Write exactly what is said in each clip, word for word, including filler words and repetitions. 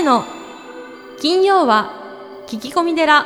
谷の金曜は聞き込み寺。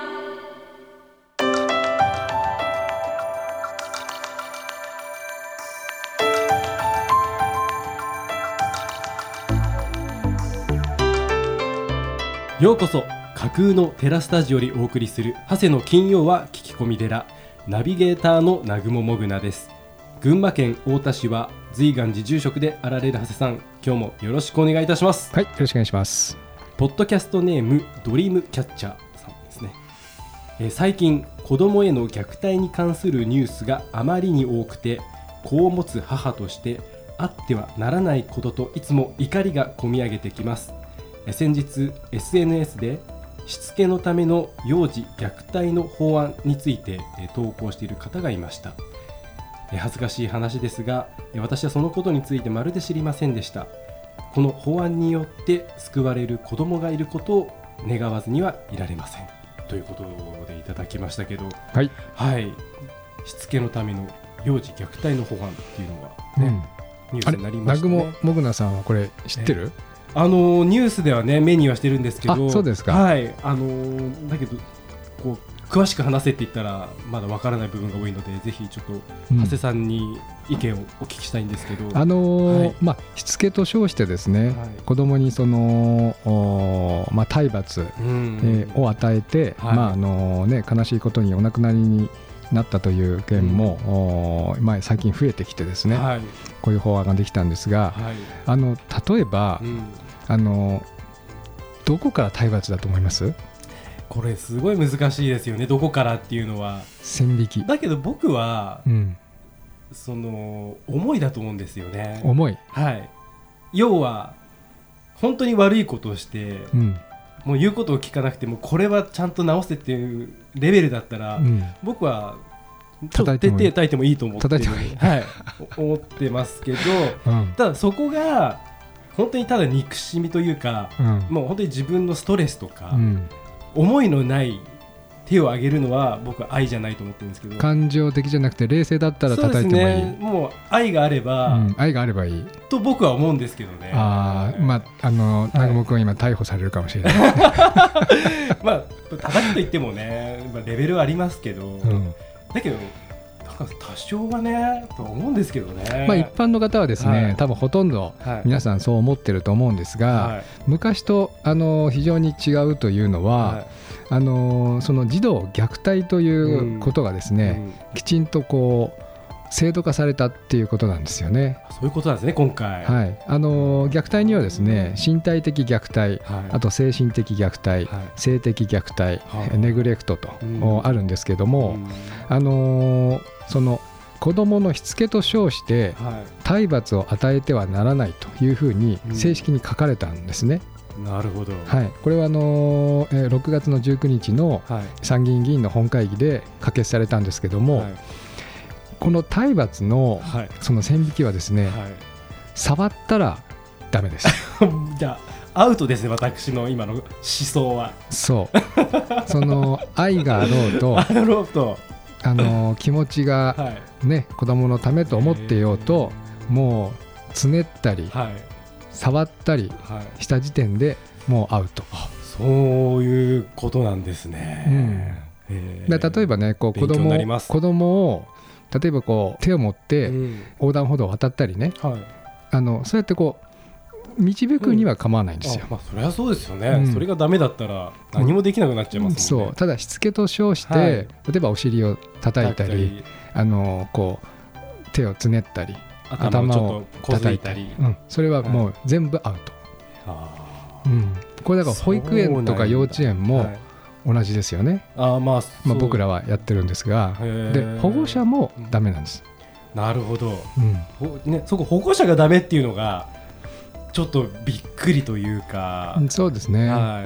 ようこそ架空のテラスタジオよりお送りする長谷の金曜は聞き込み寺、ナビゲーターの南雲もぐなです。群馬県太田市は随願寺住職であられる長谷さん、今日もよろしくお願いいたします。 はい、よろしくお願いします。 ポッドキャストネームドリームキャッチャーさんですね。えー、最近子供への虐待に関するニュースがあまりに多くて、子を持つ母としてあってはならないことといつも怒りがこみ上げてきます。えー、先日 エスエヌエス でしつけのための幼児虐待の法案について、えー、投稿している方がいました。えー、恥ずかしい話ですが、えー、私はそのことについてまるで知りませんでした。この法案によって救われる子供がいることを願わずにはいられません、ということでいただきましたけど、 はい、 はい、しつけのための幼児虐待の法案っていうのが、ね、うん、ニュースになりましたね。 南雲もぐなさんはこれ知ってる？ あのニュースではね目にはしてるんですけど。 あ、そうですか。 はい、あのだけどこう詳しく話せって言ったらまだわからない部分が多いので、ぜひちょっと長谷さんに意見をお聞きしたいんですけど、 うん、あのーはい、 まあ、しつけと称してですね、はい、子供にその、まあ、体罰、うんえー、を与えて、はい、まああのーね、悲しいことにお亡くなりになったという件も、うん、まあ、最近増えてきてですね、はい、こういう法案ができたんですが、はい、あの例えば、うん、あのどこから体罰だと思います？ これすごい難しいですよね、どこからっていうのは。 線引きだけど僕は、うん、その思いだと思うんですよね。 思い、 はい、要は本当に悪いことをして、うん、もう言うことを聞かなくてもこれはちゃんと直せっていうレベルだったら、うん、僕はちょっと手叩いてもいいと思ってる、はい、思ってますけど、うん、ただそこが本当にただ憎しみというか、うん、もう本当に自分のストレスとか、うん、思いのない手を挙げるのは僕は愛じゃないと思ってるんですけど、 感情的じゃなくて冷静だったら叩いてもいい。そうですね、 もう愛があれば、うん、 愛があればいいと僕は思うんですけどね。 あ、まあ、あの南雲君今逮捕されるかもしれないまあ叩くといってもね、まあ、レベルはありますけど、うん、だけど多少はねと思うんですけどね。 まあ、一般の方はですね、はい、多分ほとんど皆さんそう思ってると思うんですが、はい、昔とあの非常に違うというのは、はい、あのその児童虐待ということがですね、うんうん、きちんとこう制度化されたっていうことなんですよね。 そういうことなんですね今回。 はい、あの虐待にはですね、身体的虐待、はい、あと精神的虐待、はい、性的虐待、はい、ネグレクトと、うん、あるんですけども、うん、あのその子どものしつけと称して体罰を与えてはならないというふうに正式に書かれたんですね。 うん、なるほど。 はい、これはあのろくがつのじゅうくにちの参議院議員の本会議で可決されたんですけども、はい、この体罰のその線引きはですね、はい、触ったらダメですじゃあアウトですね、私の今の思想は。 そうその愛があろうとあろうとあの気持ちが、ね、はい、子供のためと思ってようと、もうつねったり、はい、触ったりした時点でもうアウト。 あ、そういうことなんですね。 うん、で例えばね、こう子供、子供を例えばこう手を持って横断歩道を渡ったりね、うん、はい、あのそうやってこう導くには構わないんですよ。 うん、あ、まあ、それはそうですよね。うん、それがダメだったら何もできなくなっちゃいますもんね。 そう、ただしつけと称して、はい、例えばお尻を叩いたり、あのこう手をつねったり頭を叩いたり、うん、それはもう全部アウト。はい、うん、これだから保育園とか幼稚園も同じですよね。 あ、まあまあ、僕らはやってるんですが、で保護者もダメなんです。 うん、なるほど。うん、ね、そこ保護者がダメっていうのがちょっとびっくりというか。 そうですね。 はい、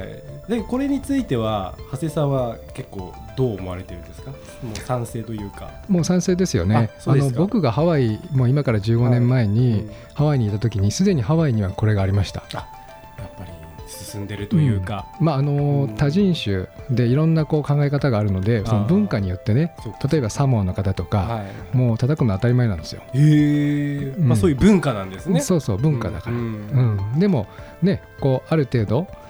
でこれについては長谷さんは結構どう思われてるんですか？もう賛成というか。 もう賛成ですよね。ああの僕がハワイ、もう今からじゅうごねんまえに、はい、うん、ハワイにいた時にすでにハワイにはこれがありました。 あ、やっぱり進んでるというか、 うん、まああのーうん、多人種でいろんなこう考え方があるので、その文化によってね、例えばサモアの方とか、はい、もう叩くの当たり前なんですよ。 へー、うん、まあ、そういう文化なんですね。 そうそう、文化だから、うんうん、でもね、こうある程度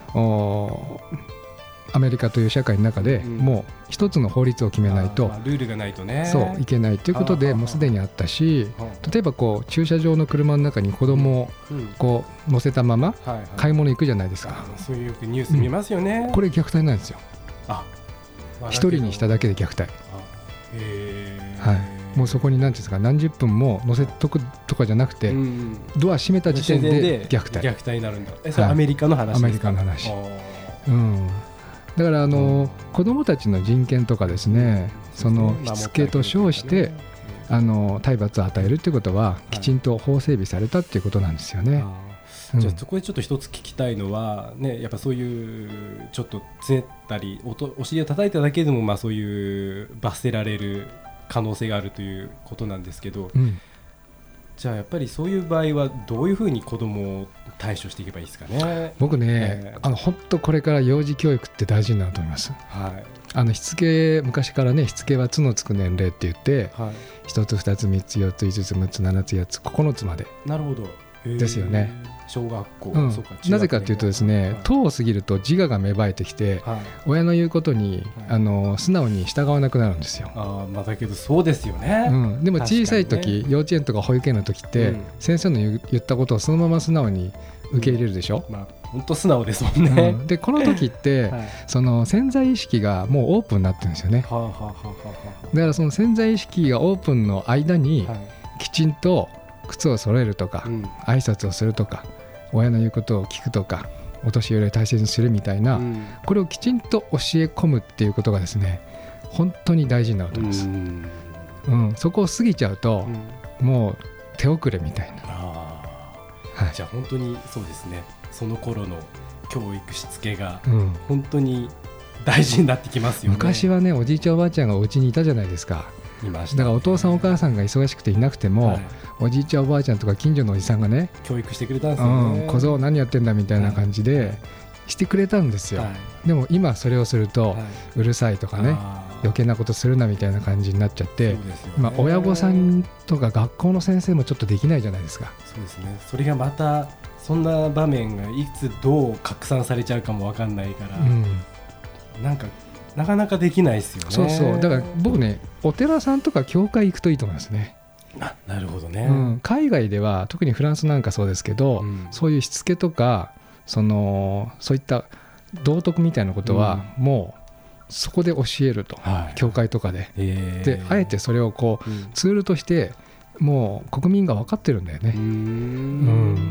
アメリカという社会の中でもう一つの法律を決めないと、 まあ、ルールがないとねそういけないということでもうすでにあったし、例えばこう駐車場の車の中に子供をこう乗せたまま買い物行くじゃないですか、 はいはい、そういうよくニュース見ますよね、 うん、これ虐待なんですよ。 あ、 一人にしただけで虐待。 あ、へー、 はい、もうそこに何ですか何十分も乗せとくとかじゃなくて、うん、ドア閉めた時点で虐待虐待になるんだ。え、それアメリカの話ですか？ アメリカの話、うん、だからあの、うん、子どもたちの人権とかですね、そのしつけと称してあの体罰を与えるということはきちんと法整備されたということなんですよね。 うん、じゃあそこでちょっと一つ聞きたいのは、ね、やっぱそういうちょっとつねったり お, とお尻を叩いただけでもまあそういう罰せられる可能性があるということなんですけど、うん、じゃあやっぱりそういう場合はどういうふうに子どもを対処していけばいいですかね。 僕ね、えー、あの本当これから幼児教育って大事になると思います。はい、あのしつけ昔からねしつけはつのつく年齢って言って、はい、ひとつふたつみっつよっついつつむっつななつやっつここのつまで。 なるほどですよね。 小学校、 うん、 そうか、 なぜかというとですね、はい、等を過ぎると自我が芽生えてきて、はい、親の言うことに、はい、あの素直に従わなくなるんですよ。 あ、まあ、だけどそうですよね、 うん、でも小さい時、ね、幼稚園とか保育園の時って、うん、先生の言ったことをそのまま素直に受け入れるでしょ、 うん、まあ、本当素直ですもんね、 うん、でこの時って、はい、その潜在意識がもうオープンになってるんですよね、はあはあはあはあ、だからその潜在意識がオープンの間に、はい、きちんと靴を揃えるとか、うん、挨拶をするとか親の言うことを聞くとかお年寄りを大切にするみたいな、うん、これをきちんと教え込むっていうことがですね本当に大事になると思います、うんうん、そこを過ぎちゃうと、うん、もう手遅れみたいな。 あ、はい、じゃあ本当にそうですね、その頃の教育しつけが本当に大事になってきますよね、 うん、昔はねおじいちゃんおばあちゃんがお家にいたじゃないですか。 いましたね、 だからお父さんお母さんが忙しくていなくても、はい、おじいちゃんおばあちゃんとか近所のおじさんがね教育してくれたんですよね、 うん、小僧何やってんだみたいな感じでしてくれたんですよ、はい、でも今それをすると、はい、うるさいとかね余計なことするなみたいな感じになっちゃって、まあ、親御さんとか学校の先生もちょっとできないじゃないですか。 そうですね、それがまたそんな場面がいつどう拡散されちゃうかも分かんないから、うん、なんかなかなかできないですよね。 そうそう、だから僕ねお寺さんとか教会行くといいと思いますね。 あ、なるほどね、 うん、海外では特にフランスなんかそうですけど、うん、そういうしつけとかそのそういった道徳みたいなことはもうそこで教えると、はい、教会とかで、えー、であえてそれをこう、うん、ツールとしてもう国民が分かってるんだよね。うーん、うん、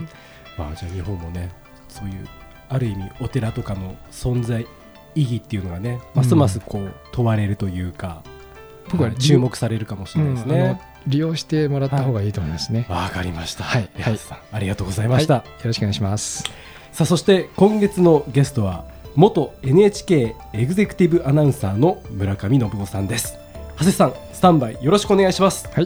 まあ、じゃあ日本もねそういうある意味お寺とかの存在意義っていうのがねますますこう問われるというか、うん、僕は注目されるかもしれないですね、うん、 利用してもらった方がいいと思いますね。 わ、はい、かりました、はい、はい、さんありがとうございました、はい、 よろしくお願いします。 さあ、そして今月のゲストは元 エヌエイチケー エグゼクティブアナウンサーの村上信夫さんです。長谷さん、スタンバイよろしくお願いします。 はい、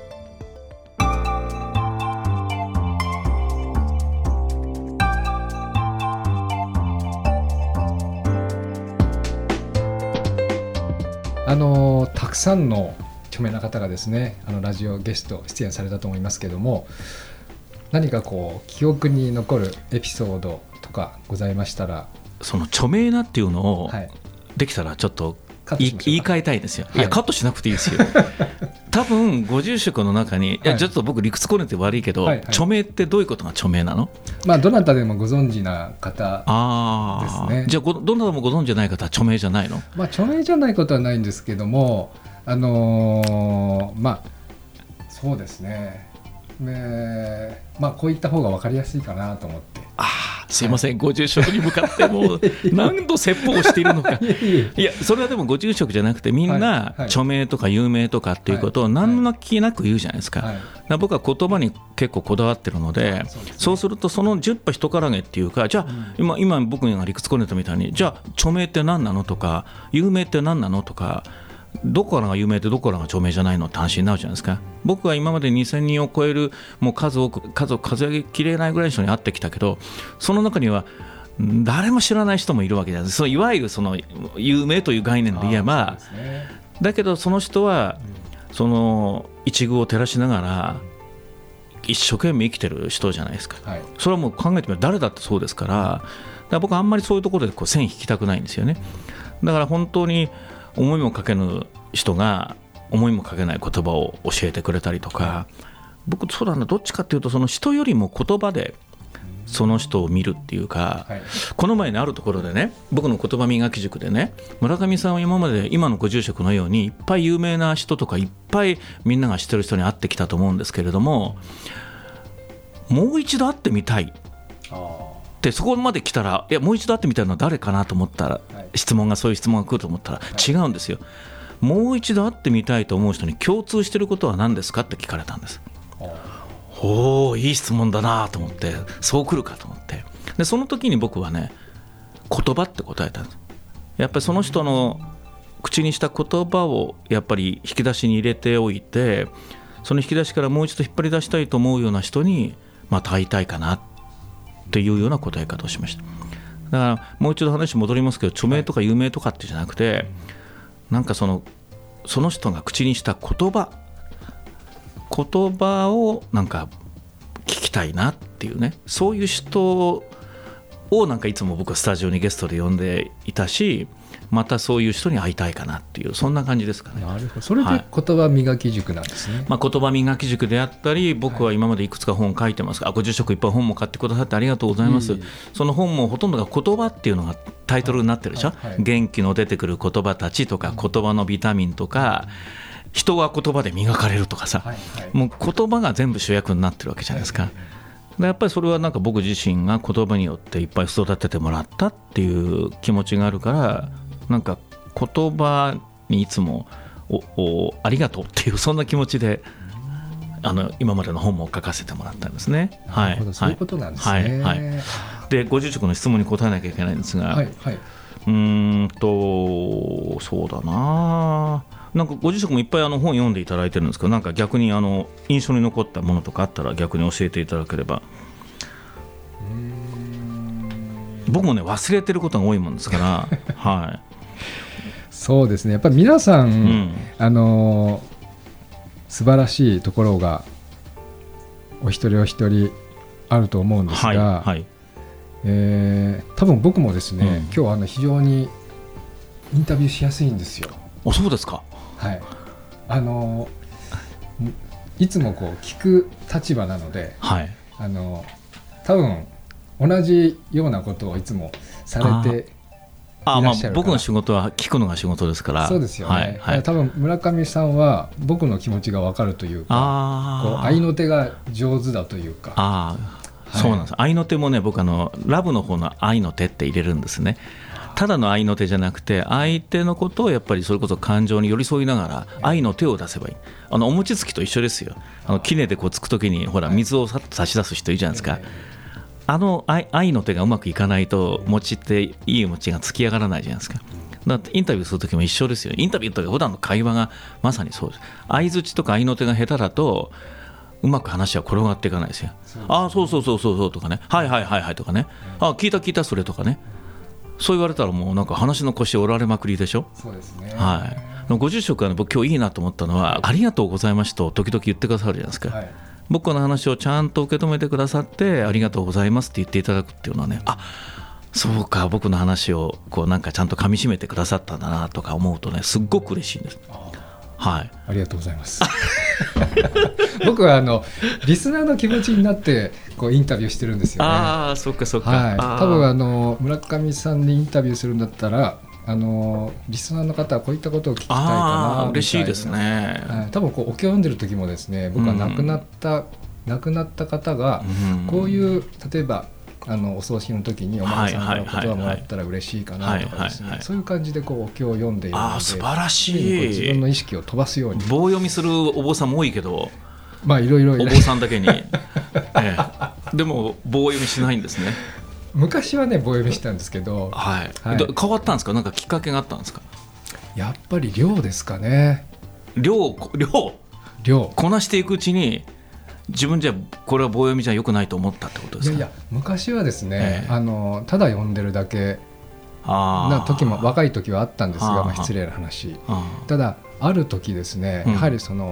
あのたくさんの著名な方がですねあのラジオゲスト出演されたと思いますけども、何かこう記憶に残るエピソードとかございましたら。 その著名なっていうのをできたらちょっと言い、言い換えたいですよ、はい、いやカットしなくていいですよ多分ご住職の中に、はい、いやちょっと僕理屈こねて悪いけど、はいはい、著名ってどういうことが著名なの？ まあ、どなたでもご存知な方ですね。 じゃあどなたもご存知ない方は著名じゃないの？ まあ、著名じゃないことはないんですけども、あのー、まあそうですね、えーまあ、こういった方が分かりやすいかなと思って。 あ、すいません、はい、ご住職に向かってもう何度説法をしているのかいや、それはでもご住職じゃなくてみんな著名とか有名とかっていうことを何の気なく言うじゃないですか、はいはい、だから僕は言葉に結構こだわってるので、そうですね、そうするとそのじゅっぱ人からげっていうか、じゃあ、うん、今, 今僕が理屈こねたみたいに、じゃあ著名って何なのとか有名って何なのとか、どこからが有名でどこからが著名じゃないのって話になるじゃないですか。僕は今までにせんにんを超えるもう数多く数を数えきれないぐらいの人に会ってきたけど、その中には誰も知らない人もいるわけじゃないですか。いわゆるその有名という概念で言えば、ね、だけどその人はその一遇を照らしながら一生懸命生きてる人じゃないですか、 はい、 それはもう考えてみれば誰だってそうですから、だから僕はあんまりそういうところでこう線引きたくないんですよね。だから本当に思いもかけぬ人が思いもかけない言葉を教えてくれたりとか、はい、僕そうだな、どっちかっていうとその人よりも言葉でその人を見るっていうか、はい、この前ねあるところでね、僕の言葉磨き塾でね、村上さんは今まで今のご住職のようにいっぱい有名な人とかいっぱいみんなが知ってる人に会ってきたと思うんですけれども、もう一度会ってみたいってそこまで来たら、いやもう一度会ってみたいのは誰かなと思ったら、はい、質問がそういう質問が来ると思ったら違うんですよ、はい、もう一度会ってみたいと思う人に共通していることは何ですかって聞かれたんです。おーいい質問だなと思って、そう来るかと思って、でその時に僕はね言葉って答えたんです。やっぱりその人の口にした言葉をやっぱり引き出しに入れておいて、その引き出しからもう一度引っ張り出したいと思うような人にまた会いたいかなっていうような答え方をしました。だからもう一度話戻りますけど、著名とか有名とかってじゃなくて、なんかそのその人が口にした言葉言葉をなんか聞きたいなっていうね、そういう人をなんかいつも僕はスタジオにゲストで呼んでいたし、またそういう人に会いたいかなっていう、そんな感じですかね。 なるほど、それで言葉磨き塾なんですね、 はい、まあ、言葉磨き塾であったり、僕は今までいくつか本書いてますが、はい、ご住職いっぱい本も買ってくださってありがとうございます、うん、その本もほとんどが言葉っていうのがタイトルになってるでしょ、はいはい、元気の出てくる言葉たちとか、言葉のビタミンとか、人は言葉で磨かれるとかさ、はいはい、もう言葉が全部主役になってるわけじゃないですか、はいはい、でやっぱりそれはなんか僕自身が言葉によっていっぱい育ててもらったっていう気持ちがあるから、なんか言葉にいつも お, おありがとうっていうそんな気持ちであの今までの本も書かせてもらったんですね。 なるほど、はい、そういうことなんですね、はいはい、 でご住職の質問に答えなきゃいけないんですが、はいはい、うーんとそうだな、なんかご住職もいっぱいあの本読んでいただいてるんですけど、なんか逆にあの印象に残ったものとかあったら逆に教えていただければ。うーん、僕もね忘れてることが多いもんですからはい、 そうですね、やっぱり皆さん、うん、あの素晴らしいところがお一人お一人あると思うんですが、はいはい、えー、多分僕もですね、うん、今日はあの非常にインタビューしやすいんですよ。 あ、そうですか。 はい、あのいつもこう聞く立場なので、はい、あの多分同じようなことをいつもされてああ、まあ、僕の仕事は聞くのが仕事ですから。 そうですよね、はいはい、多分村上さんは僕の気持ちが分かるというか、こう合いの手が上手だというか。あ、 はい、そうなんです。合いの手もね、僕あのラブの方の合いの手って入れるんですね。ただの合いの手じゃなくて、相手のことをやっぱりそれこそ感情に寄り添いながら愛の手を出せばいい。あのお餅つきと一緒ですよ。あの杵でこうつくときにほら水をさっと差し出す人いるじゃないですか。あの 愛, 愛の手がうまくいかないと餅っていい餅がつき上がらないじゃないですか。だってインタビューするときも一緒ですよ。インタビューとか普段の会話がまさにそうです。相づちとか愛の手が下手だとうまく話は転がっていかないですよ。ああ、そうそうそうそうそうとかね、はいはいはいはいとかね、あ聞いた聞いたそれとかね、そう言われたらもうなんか話の腰折られまくりでしょ。 そうですね、 はい、ご住職は、ね、僕今日いいなと思ったのは、ありがとうございましたと時々言ってくださるじゃないですか、はい、僕の話をちゃんと受け止めてくださってありがとうございますって言っていただくっていうのはね、あ、そうか、僕の話をこうなんかちゃんと噛み締めてくださったんだなとか思うとね、すっごく嬉しいんです。はい、 ありがとうございます僕はあのリスナーの気持ちになってこうインタビューしてるんですよね。 ああ、そっかそっか、 はい、多分あの村上さんにインタビューするんだったら、あのリスナーの方はこういったことを聞きたいかなみたいな。 嬉しいですね、 はい、多分こうお経を読んでる時もですね、僕は亡くなった、うん、亡くなった方がこういう、例えばあのお葬式の時にお孫さんから言葉もらったら嬉しいかなとかですね、そういう感じでこうお経を読んでいるので、 あ、素晴らしい。 自分の意識を飛ばすように。 棒読みするお坊さんも多いけど、 まあいろいろお坊さんだけに、ええ、でも棒読みしないんですね。 昔はね棒読みしたんですけど、 はいはい、変わったんですか。なんかきっかけがあったんですか。 やっぱり量ですかね。 量量量こなしていくうちに自分じゃこれは棒読みじゃ良くないと思ったってことですか。 いやいや、昔はですね、えー、あのただ読んでるだけな時も若い時はあったんですが、まあ、失礼な話。ただある時ですね、やはりその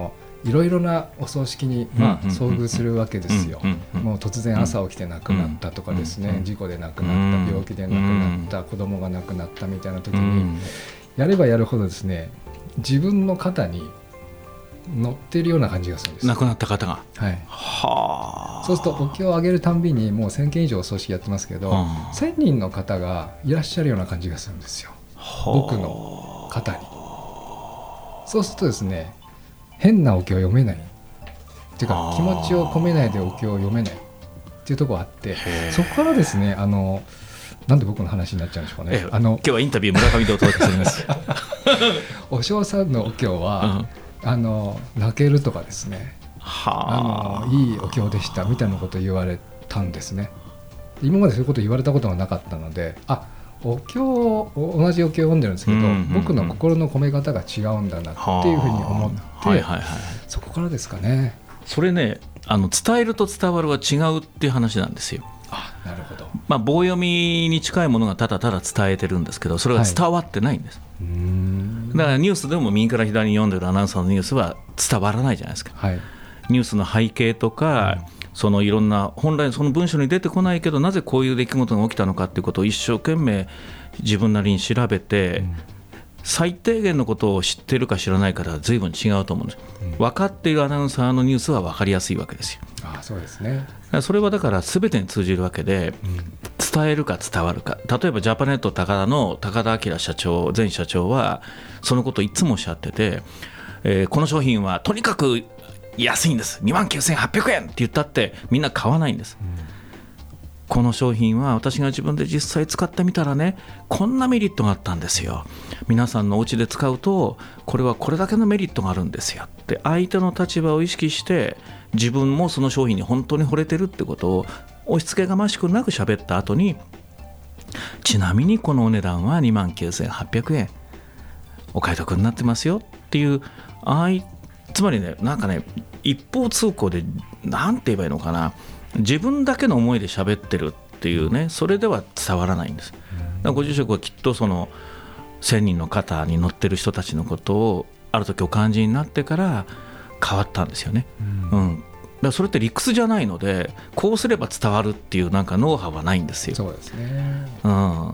いろいろなお葬式に、まあ、遭遇するわけですよ。もう突然朝起きて亡くなったとかですね、事故で亡くなった、病気で亡くなった、子供が亡くなったみたいな時に、やればやるほどですね、自分の肩に乗ってるような感じがするんです。 亡くなった方が、 はい、 はあ。 そうするとお経をあげるたんびにもうせんけん以上お葬式やってますけど、はあ、せんにんの方がいらっしゃるような感じがするんですよ、はあ、僕の肩に。そうするとですね、変なお経を読めないっていうか、気持ちを込めないでお経を読めないっていうところがあって、そこからですね、あのなんで僕の話になっちゃうんでしょうかね。あの今日はインタビュー村上でお届けしておりますお尚さんのお経は、うん、あの泣けるとかですね、はあのいいお経でしたみたいなことを言われたんですね。今までそういうことを言われたことがなかったので、あ、お経、同じお経を読んでるんですけど、うんうんうん、僕の心の込め方が違うんだなっていうふうに思って、はいはいはい、そこからですかね。 それね、あの伝えると伝わるは違うっていう話なんですよ。 あ、なるほど。 まあ、棒読みに近いものがただただ伝えてるんですけど、それが伝わってないんです、はい、うーん、だからニュースでも右から左に読んでるアナウンサーのニュースは伝わらないじゃないですか、はい、ニュースの背景とか、うん、そのいろんな本来その文章に出てこないけど、なぜこういう出来事が起きたのかっていうことを一生懸命自分なりに調べて、うん、最低限のことを知ってるか知らないかでは随分違うと思うんです、うん、分かっているアナウンサーのニュースは分かりやすいわけですよ。 ああ、そうですね。 それはだから全てに通じるわけで、うん、伝えるか伝わるか。例えばジャパネット高田の高田明社長、前社長はそのことをいつもおっしゃってて、えー、この商品はとにかく安いんです、にまんきゅうせんはっぴゃくえんって言ったってみんな買わないんです、うん、この商品は私が自分で実際使ってみたらね、こんなメリットがあったんですよ、皆さんのお家で使うとこれはこれだけのメリットがあるんですよって相手の立場を意識して自分もその商品に本当に惚れてるってことを押し付けがましくなく喋った後に、ちなみにこのお値段はにまんきゅうせんはっぴゃくえんお買い得になってますよっていう、あいつまりね、なんかね、一方通行でなんて言えばいいのかな、自分だけの思いで喋ってるっていうね、それでは伝わらないんです。だからご住職はきっとそのせんにんの方に乗ってる人たちのことをある時お感じになってから変わったんですよね、うんうん、だからそれって理屈じゃないので、こうすれば伝わるっていうなんかノウハウはないんですよ。 そうですね、 うん、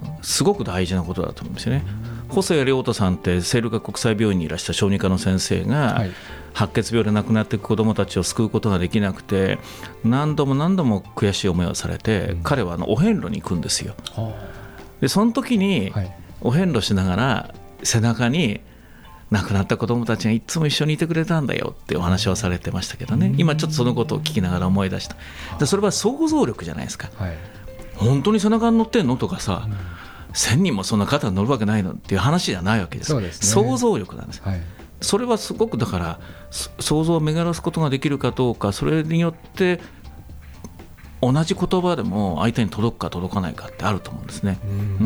すごく大事なことだと思うんですよね。細谷亮太さんって聖路加国際病院にいらした小児科の先生が、はい、白血病で亡くなっていく子どもたちを救うことができなくて何度も何度も悔しい思いをされて、うん、彼はあのお遍路に行くんですよ。でその時にお遍路しながら背中に亡くなった子どもたちがいつも一緒にいてくれたんだよってお話をされてましたけどね、今ちょっとそのことを聞きながら思い出した。でそれは想像力じゃないですか、はい、本当に背中に乗ってんのとかさ、うん、せんにんもそんな肩に乗るわけないのっていう話じゃないわけです。 そうですね、 想像力なんです、はい、それはすごくだから想像を巡らすことができるかどうか、それによって同じ言葉でも相手に届くか届かないかってあると思うんですね。うん、うん、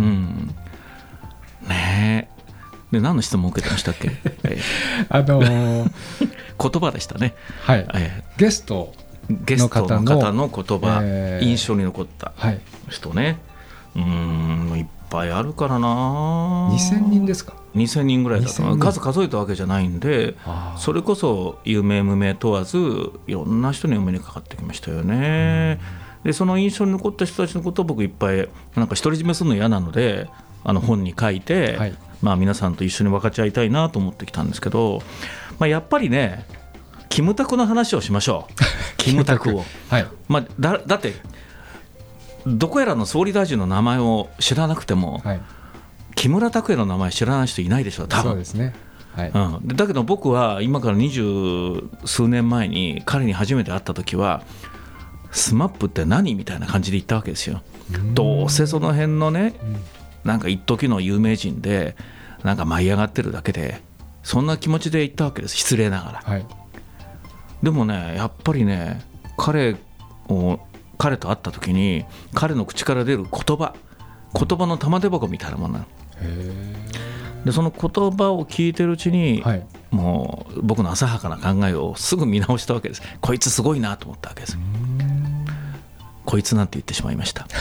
ねえ。で何の質問を受けてましたっけえー、あのー、言葉でしたね、 はい、えー、ゲストの方 の, ゲストの方の言葉、えー、印象に残った人ね、はい、うーんいっぱいあるからな。 にせんにんですか。 にせんにんぐらいだと思う。数数えたわけじゃないんで、それこそ有名無名問わずいろんな人にお目にかかってきましたよね。でその印象に残った人たちのことを僕いっぱいなんか独り占めするの嫌なのであの本に書いて、はい、まあ、皆さんと一緒に分かち合いたいなと思ってきたんですけど、まあ、やっぱりねキムタクの話をしましょうキムタクを、はい、まあ、だ, だってどこやらの総理大臣の名前を知らなくても、はい、木村拓哉の名前知らない人いないでしょ多分。 そうですね、はい、 うん、だけど僕は今から二十数年前に彼に初めて会った時はスマップって何みたいな感じで言ったわけですよ。どうせその辺のね、うん、なんか一時の有名人でなんか舞い上がってるだけでそんな気持ちで言ったわけです、失礼ながら、はい、でもねやっぱりね彼を彼と会った時に彼の口から出る言葉言葉の玉手箱みたいなものなの。へでその言葉を聞いてるうちに、はい、もう僕の浅はかな考えをすぐ見直したわけです。こいつすごいなと思ったわけです。こいつなんて言ってしまいました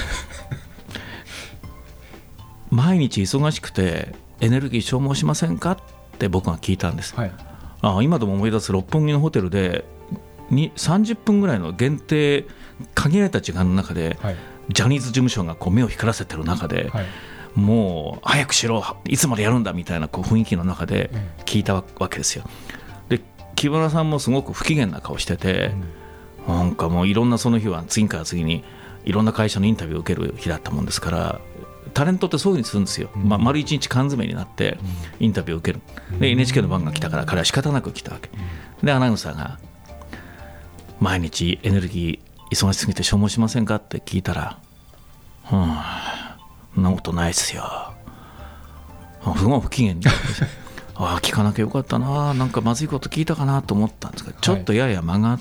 毎日忙しくてエネルギー消耗しませんかって僕が聞いたんです、はい、 あ今でも思い出す六本木のホテルでにさんじゅっぷんぐらいの限定限られた時間の中で、はい、ジャニーズ事務所がこう目を光らせてる中で、はい、もう早くしろいつまでやるんだみたいなこう雰囲気の中で聞いたわけですよ。で木村さんもすごく不機嫌な顔してて、うん、なんかもういろんなその日は次から次にいろんな会社のインタビューを受ける日だったもんですから、タレントってそういうふうにするんですよ、うんまあ、丸一日缶詰になってインタビューを受ける。で エヌエイチケー の番が来たから彼は仕方なく来たわけで、アナウンサーが毎日エネルギー忙しすぎて消耗しませんかって聞いたら、うん、そんなことないっすよ。すごい不機嫌にああ聞かなきゃよかったな、なんかまずいこと聞いたかなと思ったんですが、ちょっとやや曲がって、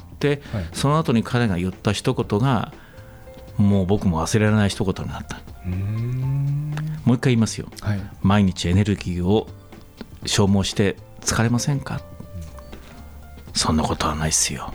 はい、その後に彼が言った一言がもう僕も忘れられない一言になった。うーんもう一回言いますよ、はい、毎日エネルギーを消耗して疲れませんか、うん、そんなことはないっすよ。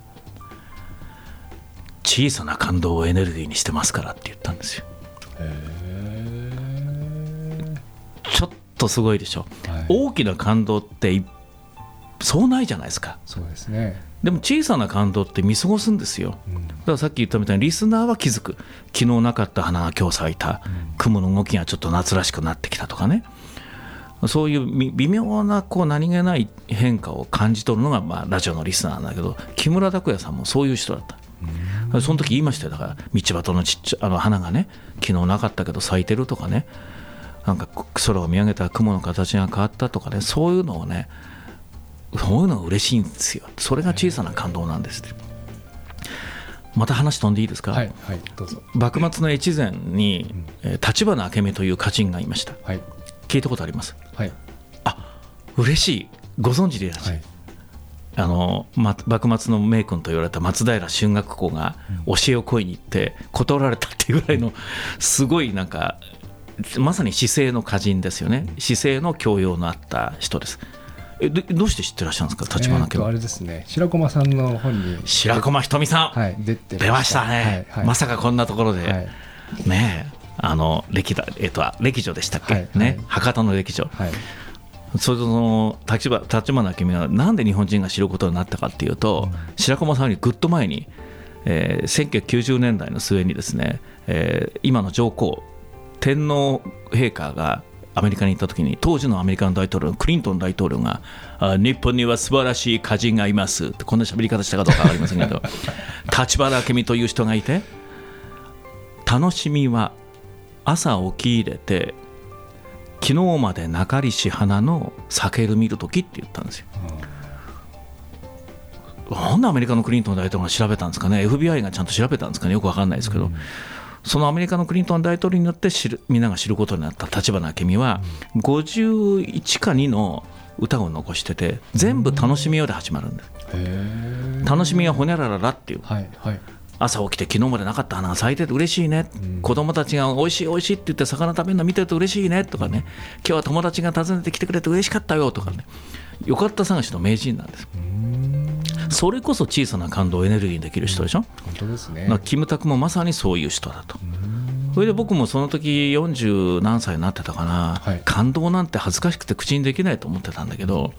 小さな感動をエネルギーにしてますからって言ったんですよ。へちょっとすごいでしょ、はい、大きな感動ってそうないじゃないですか。 そうですね。 でも小さな感動って見過ごすんですよ、うん、だからさっき言ったみたいにリスナーは気づく。昨日なかった花が今日咲いた、うん、雲の動きがちょっと夏らしくなってきたとかね、そういう微妙なこう何気ない変化を感じ取るのがまあラジオのリスナーなんだけど、木村拓哉さんもそういう人だった。うん、その時言いましたよ。だから道端のちっちゃあの花がね昨日なかったけど咲いてるとかね、なんか空を見上げたら雲の形が変わったとかね、そういうのをねそういうのが嬉しいんですよ。それが小さな感動なんです。また話飛んでいいですか。 はいはい、どうぞ。 幕末の越前に立花明美という歌人がいました、はい、聞いたことあります、はい、あ嬉しい、ご存知でいらっしゃる、はい、あの、ま、幕末の名君と言われた松平春嶽公が教えを請いに行って断られたっていうぐらいのすごいなんかまさに市井の歌人ですよね。市井の教養のあった人です。えどうして知ってらっしゃるんですか、立花家は。 あれですね、白駒さんの本に白駒ひとみさん、はい、出て出ましたね、はいはい、まさかこんなところで、はい、ねえあの 歴, だ、えー、と歴女でしたっけ、はいねはい、博多の歴女、はい、それとその立花家はなんで日本人が知ることになったかっていうと、うん、白駒さんよりぐっと前に、えー、せんきゅうひゃくきゅうじゅうねんだいの末にですね、えー、今の上皇天皇陛下がアメリカに行った時に当時のアメリカの大統領クリントン大統領があ日本には素晴らしい歌人がいますってこんな喋り方したかどうか分かりませんけど立花明美という人がいて、楽しみは朝起き入れて昨日までなかりし花の咲ける見るときって言ったんですよ、うん、なんでアメリカのクリントン大統領が調べたんですかね。 エフビーアイ がちゃんと調べたんですかね、よく分かんないですけど、うん、そのアメリカのクリントン大統領によって知るみんなが知ることになった立花明美はごじゅういちかにの歌を残してて、全部楽しみよで始まるんです。へ楽しみはほにゃらららっていう、はいはい、朝起きて昨日までなかった花が咲いてて嬉しいね、うん、子供たちがおいしいおいしいって言って魚食べるの見てると嬉しいねとかね、うん、今日は友達が訪ねてきてくれて嬉しかったよとかね、よかった探しの名人なんです。それこそ小さな感動をエネルギーにできる人でしょ、うん、 本当ですね。 キムタクもまさにそういう人だと。それで僕もその時よんじゅうなんさいになってたかな、はい、感動なんて恥ずかしくて口にできないと思ってたんだけど、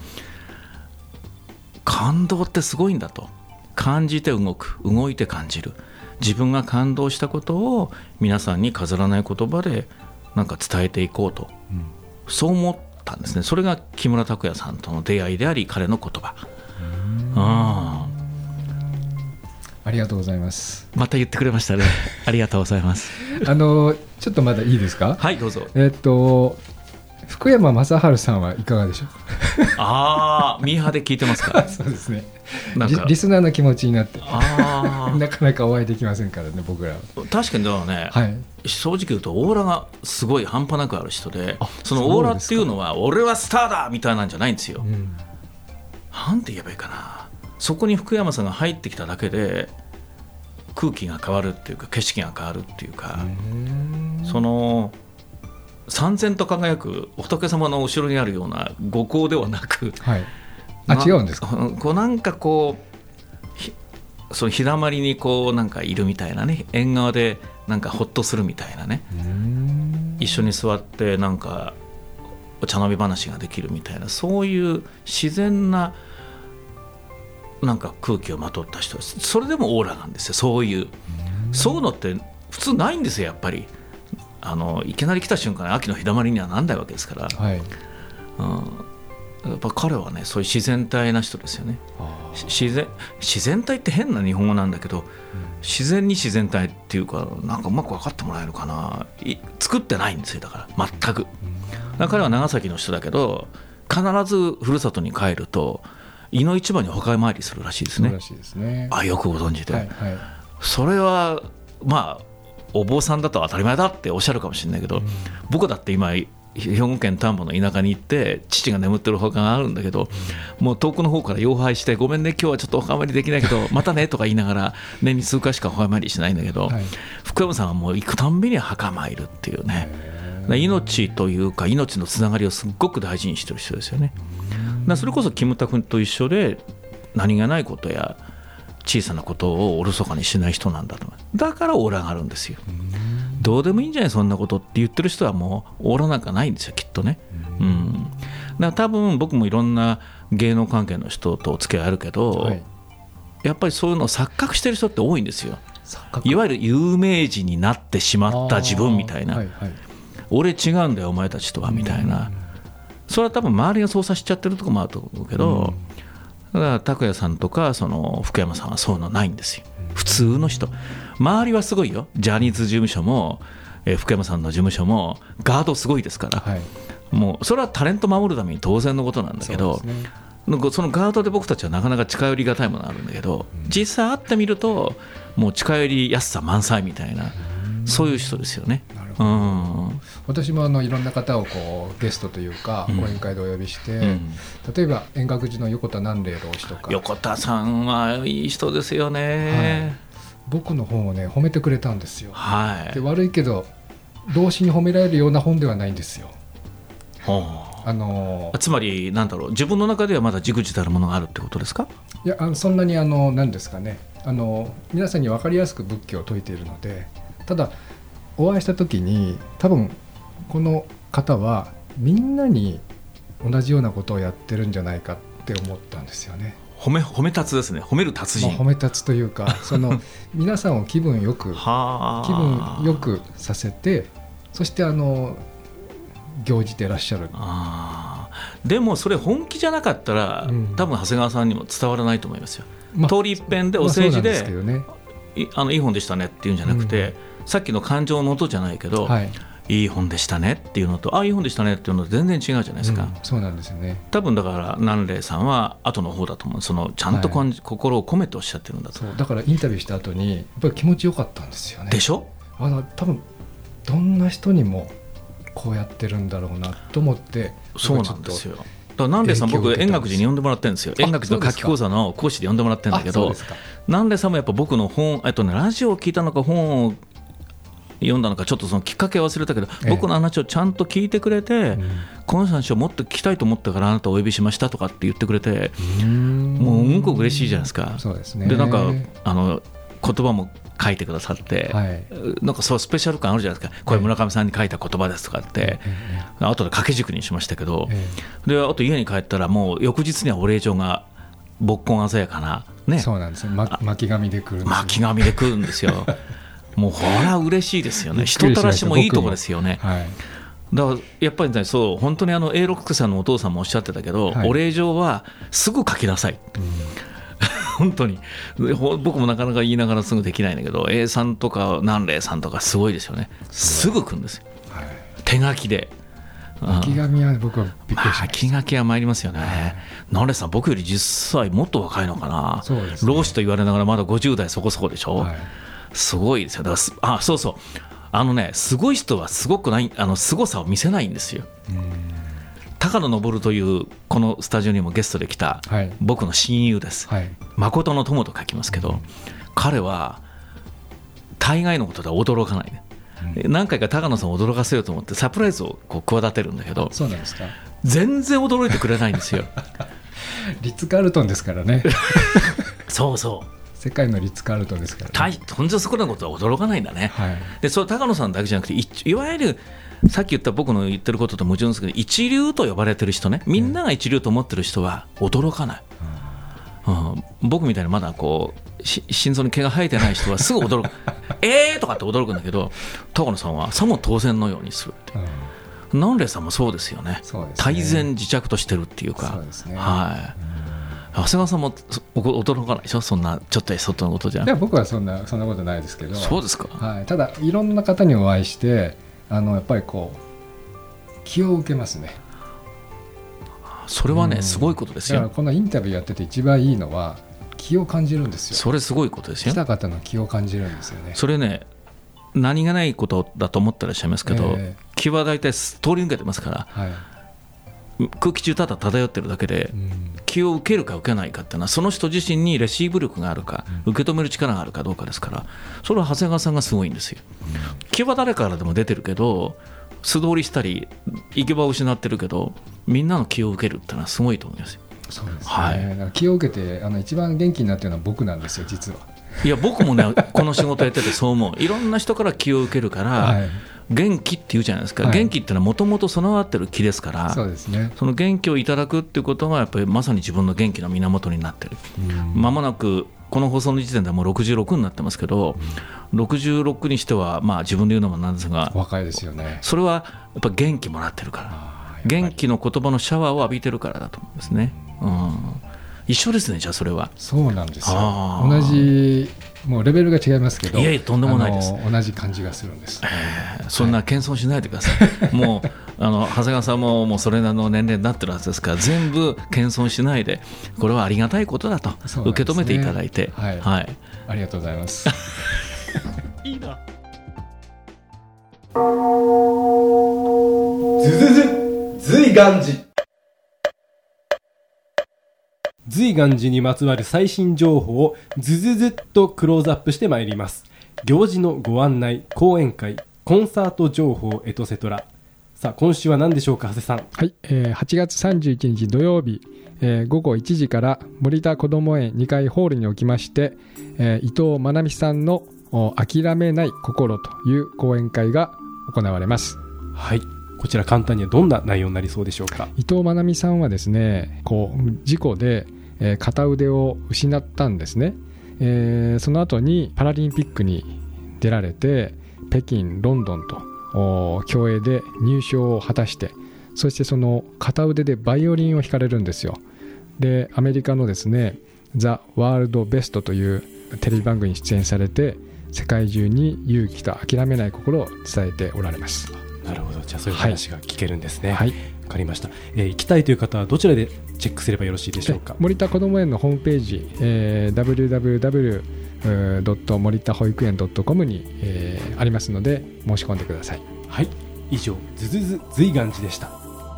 感動ってすごいんだと。感じて動く、動いて感じる、自分が感動したことを皆さんに飾らない言葉でなんか伝えていこうと、うん、そう思ったんですね。それが木村拓哉さんとの出会いであり彼の言葉。あありがとうございます。 また言ってくれましたねありがとうございますあのちょっとまだいいですか。 はいどうぞ。 えっと福山雅治さんはいかがでしょうああミーハーで聞いてますかそうですね、なんか リ, リスナーの気持ちになってあなかなかお会いできませんからね僕ら。 確かにだからね、はい、正直言うとオーラがすごい半端なくある人で、そのオーラっていうのは俺はスターだみたいなんじゃないんですよ、うん、なんて言えばいいかな。そこに福山さんが入ってきただけで空気が変わるっていうか景色が変わるっていうか、その燦然と輝く仏様の後ろにあるような五光ではなく、はい、 あ違うんですか。 こうなんかこうその日だまりにこうなんかいるみたいなね、縁側でなんかほっとするみたいなね、一緒に座ってなんかお茶飲み話ができるみたいな、そういう自然ななんか空気をまとった人です。それでもオーラなんですよ。そういうそういうのって普通ないんですよ。やっぱりあのいきなり来た瞬間秋の日だまりにはなんないわけですから、はい、うん、やっぱ彼はねそういう自然体な人ですよね。自然自然体って変な日本語なんだけど、うん、自然に自然体っていうかなんかうまく分かってもらえるかな。作ってないんですよ。だから全く、うん、だから彼は長崎の人だけど必ずふるさとに帰ると井の一番にお墓参りするらしいですね。 そうらしいですね。 あ、よくご存知で、 はいはい、 それはまあお坊さんだと当たり前だっておっしゃるかもしれないけど、うん、僕だって今兵庫県丹波の田舎に行って父が眠ってるお墓があるんだけど、うん、もう遠くの方から妖拝してごめんね今日はちょっとお墓参りできないけどまたねとか言いながら年に数回しかお墓参りしないんだけど、はい、福山さんはもう行くたんびに墓参るっていうね、命というか命のつながりをすっごく大事にしてる人ですよね。だそれこそキムタクと一緒で何気ないことや小さなことをおろそかにしない人なんだと。だからオーラがあるんですよ。どうでもいいんじゃないそんなことって言ってる人はもうオーラなんかないんですよきっとね。うん、だから多分僕もいろんな芸能関係の人とお付き合いあるけど、はい、やっぱりそういうのを錯覚してる人って多いんですよ。いわゆる有名人になってしまった自分みたいな、はいはい、俺違うんだよお前たちとはみたいな、それは多分周りが操作しちゃってるところもあると思うけど、だから拓哉さんとかその福山さんはそういうのないんですよ。普通の人、周りはすごいよ。ジャニーズ事務所も、えー、福山さんの事務所もガードすごいですから、はい、もうそれはタレント守るために当然のことなんだけど、 そ,、ね、そのガードで僕たちはなかなか近寄りがたいものがあるんだけど、うん、実際会ってみるともう近寄りやすさ満載みたいな、うん、そういう人ですよね。うん、 私もあのいろんな方をこうゲストというか講演会でお呼びして、うん、例えば円覚寺の横田南嶺老師とか。 横田さんはいい人ですよね、 はい、僕の本をね褒めてくれたんですよ、 はい、 で悪いけど老子に褒められるような本ではないんですよ。あのつまりなんだろう、自分の中ではまだじくじたるものがあるってことですか。 いや、あのそんなにあの何ですかね、あの皆さんに分かりやすく仏教を説いているので、ただお会いした時に多分この方はみんなに同じようなことをやってるんじゃないかって思ったんですよね。 褒め、褒め立つですね。褒める達人、 まあ、褒め立つというかその皆さんを気分よく気分よくさせて、そしてあの行じてらっしゃる。 あでもそれ本気じゃなかったら、うん、多分長谷川さんにも伝わらないと思いますよ、まあ、通り一遍でお世辞で、まあね、い, あのいい本でしたねっていうんじゃなくて、うんさっきの感情の音じゃないけど、はい、いい本でしたねっていうのと、あいい本でしたねっていうのと全然違うじゃないですか、うん、 そうなんですよね。 多分だから南嶺さんは後の方だと思う。そのちゃんと、はい、心を込めておっしゃってるんだと。 そうだからインタビューした後にやっぱり気持ちよかったんですよね。 でしょ。 あの多分どんな人にもこうやってるんだろうなと思って。 そうなんですよ。だから南嶺さん僕円覚寺に呼んでもらってるんですよ。円覚寺の夏季講座の講師で呼んでもらってるんだけど、南嶺さんもやっぱ僕の本、えっとね、ラジオを聞いたのか本を読んだのかちょっとそのきっかけ忘れたけど、ええ、僕の話をちゃんと聞いてくれて、うん、この話をもっと聞きたいと思ったからあなたをお呼びしましたとかって言ってくれて、うんもううんこ嬉しいじゃないですか。 そうですね。 でなんかあの言葉も書いてくださって、はい、なんかそうスペシャル感あるじゃないですか。これ村上さんに書いた言葉ですとかって、え、後で掛け軸にしましたけど、であと家に帰ったらもう翌日にはお礼状が勃根鮮やかな、ね、 そうなんですよ、ま、巻き紙で来るんですよ。 巻き紙で来るんですよもうほら嬉しいですよね。人たらしもいいとこですよね、はい、だからやっぱり、ね、そう本当にあの エーろく さんのお父さんもおっしゃってたけど、はい、お礼状はすぐ書きなさい、うん本当に僕もなかなか言いながらすぐできないんだけど A さんとか南嶺さんとかすごいですよね。すぐ来るんですよ、はい、手書きで。 巻き紙は僕はびっくりしました。 巻き書きは参りますよね、はい、南嶺さん僕よりじゅっさいもっと若いのかな。そうですね、老子と言われながらまだごじゅう代そこそこでしょ、はい、すごいですよ。だからあそうそうあのねすごい人はすごくないあのすごさを見せないんですよ。うん高野昇というこのスタジオにもゲストで来た僕の親友です、はい、誠の友と書きますけど、うん、彼は大概のことでは驚かないね、うん、何回か高野さんを驚かせようと思ってサプライズをこう企てるんだけど、 そうなんですか。 全然驚いてくれないんですよリッツ・カールトンですからねそうそう世界のリッツ・カールトンですからね。 とんじゃ少ないことは驚かないんだね、はい、でそれ高野さんだけじゃなくて い, いわゆるさっき言った僕の言ってることと矛盾ですけど一流と呼ばれてる人ね、みんなが一流と思ってる人は驚かない、 うん、僕みたいにまだこう心臓に毛が生えてない人はすぐ驚くえーとかって驚くんだけど、高野さんはさも当然のようにするって、うん南霊さんもそうですよ ね, そうですね、大然自着としてるっていうか、そうですね、はい、長谷川さんも驚かないでしょ、そんなちょっと外のことじゃ。 いや僕はそんなそんなことないですけど。 そうですか、 はい、ただいろんな方にお会いしてあのやっぱりこう気を受けますね。 それはね、うん、すごいことですよ。 だからこのインタビューやってて一番いいのは気を感じるんですよ。 それすごいことですよ。 来た方の気を感じるんですよね。 それね何がないことだと思ってらっしゃいますけど、えー、気は大体通り抜けてますから、はい、空気中ただ漂ってるだけで、うん、気を受けるか受けないかっていうのはその人自身にレシーブ力があるか、うん、受け止める力があるかどうかですから、それは長谷川さんがすごいんですよ、うん、気は誰からでも出てるけど素通りしたり行き場を失ってるけどみんなの気を受けるっていうのはすごいと思いますよ。 そうですね、はい、だから気を受けてあの一番元気になってるのは僕なんですよ実は。 いや僕もねこの仕事やっててそう思う。いろんな人から気を受けるから、はい、元気って言うじゃないですか、はい、元気ってのはもともと備わってる気ですから、 そうですね、 その元気をいただくっていうことがやっぱりまさに自分の元気の源になってる。まもなくこの放送の時点ではもうろくじゅうろくになってますけど、ろくじゅうろくにしてはまあ自分で言うのもなんですが若いですよね。 それはやっぱ元気もらってるから、元気の言葉のシャワーを浴びてるからだと思うんですね、うん、一緒ですね。じゃあそれはそうなんですよ。同じもうレベルが違いますけど、 いやいやとんでもないです。 同じ感じがするんです、 えー、そんな謙遜しないでください、はい、もうあの長谷川さんももうそれなりの年齢になってるはずですから全部謙遜しないでこれはありがたいことだと受け止めていただいて、ね、はいはい、 ありがとうございますいいな。 ずずず随願寺。随願寺にまつわる最新情報をずずずっとクローズアップしてまいります。行事のご案内、講演会、コンサート情報エトセトラ。さあ今週は何でしょうか長谷さん。 はい、えー、はちがつさんじゅういちにち土曜日、えー、ごごいちじから森田こども園にかいホールにおきまして、えー、伊藤まなみさんの諦めない心という講演会が行われます。 はい、こちら簡単にはどんな内容になりそうでしょうか。 伊藤まなみさんはですねこう事故で、えー、片腕を失ったんですね、えー、その後にパラリンピックに出られて北京ロンドンと競泳で入賞を果たして、そしてその片腕でバイオリンを弾かれるんですよ。でアメリカのですねザ・ワールド・ベストというテレビ番組に出演されて世界中に勇気と諦めない心を伝えておられます。 なるほど、じゃあそういう話が聞けるんですね。 はい、 わかりました、えー、行きたいという方はどちらでチェックすればよろしいでしょうか。 森田こども園のホームページ、えー、ダブリューダブリューダブリュードット森田保育園ドットコム に、えー、ありますので申し込んでください。 はい、以上ずずず随願寺でした。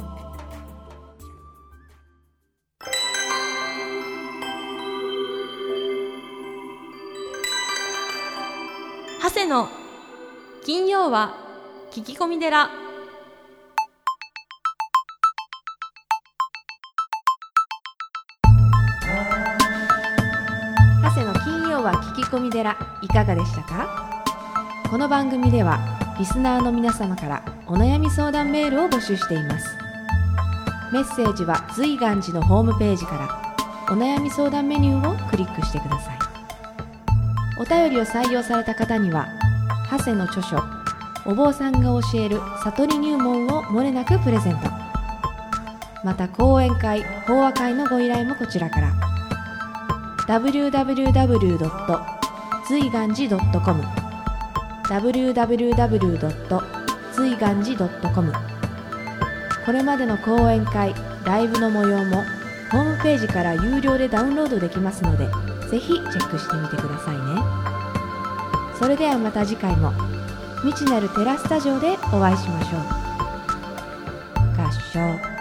長谷の金曜は聞き込み寺。 長谷の金曜は聞き込み寺いかがでしたか。この番組ではリスナーの皆様からお悩み相談メールを募集しています。メッセージは随願寺のホームページからお悩み相談メニューをクリックしてください。お便りを採用された方には長谷の著書お坊さんが教える悟り入門をもれなくプレゼント。また講演会法話会のご依頼もこちらから。 ダブリューダブリューダブリュードット随願寺ドットコム ダブリューダブリューダブリュードット随願寺ドットコム。 これまでの講演会ライブの模様もホームページから有料でダウンロードできますのでぜひチェックしてみてくださいね。それではまた次回も未知なるテラスタジオでお会いしましょう。合唱。